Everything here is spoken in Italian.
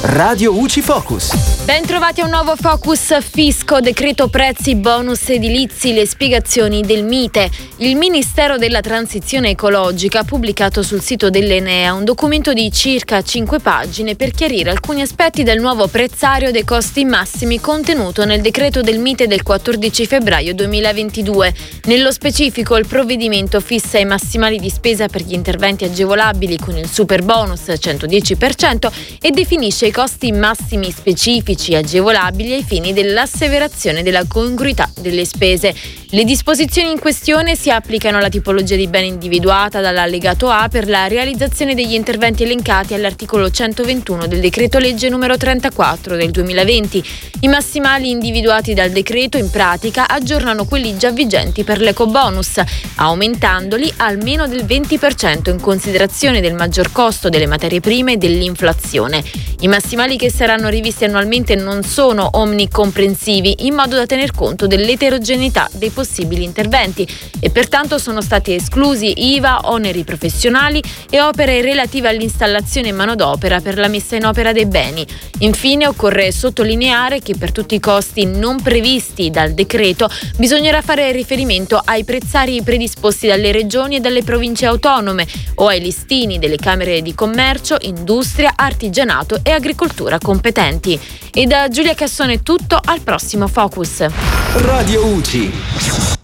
Radio UCI Focus. Ben trovati a un nuovo Focus Fisco, decreto prezzi, bonus edilizi, le spiegazioni del Mite. Il Ministero della Transizione Ecologica ha pubblicato sul sito dell'Enea un documento di circa 5 pagine per chiarire alcuni aspetti del nuovo prezzario dei costi massimi contenuto nel decreto del Mite del 14 febbraio 2022. Nello specifico, il provvedimento fissa i massimali di spesa per gli interventi agevolabili con il super bonus 110% e definisce i costi massimi specifici agevolabili ai fini dell'asseverazione della congruità delle spese. Le disposizioni in questione si applicano alla tipologia di bene individuata dall'allegato A per la realizzazione degli interventi elencati all'articolo 121 del decreto legge numero 34 del 2020. I massimali individuati dal decreto in pratica aggiornano quelli già vigenti per l'ecobonus, aumentandoli almeno del 20% in considerazione del maggior costo delle materie prime e dell'inflazione. I massimali che saranno rivisti annualmente non sono omnicomprensivi, in modo da tener conto dell'eterogeneità dei possibili interventi e pertanto sono stati esclusi IVA, oneri professionali e opere relative all'installazione e manodopera per la messa in opera dei beni. Infine occorre sottolineare che per tutti i costi non previsti dal decreto bisognerà fare riferimento ai prezzari predisposti dalle regioni e dalle province autonome o ai listini delle camere di commercio, industria, artigianato e agricoltura competenti. E da Giulia Cassone è tutto, al prossimo Focus. Radio UCI.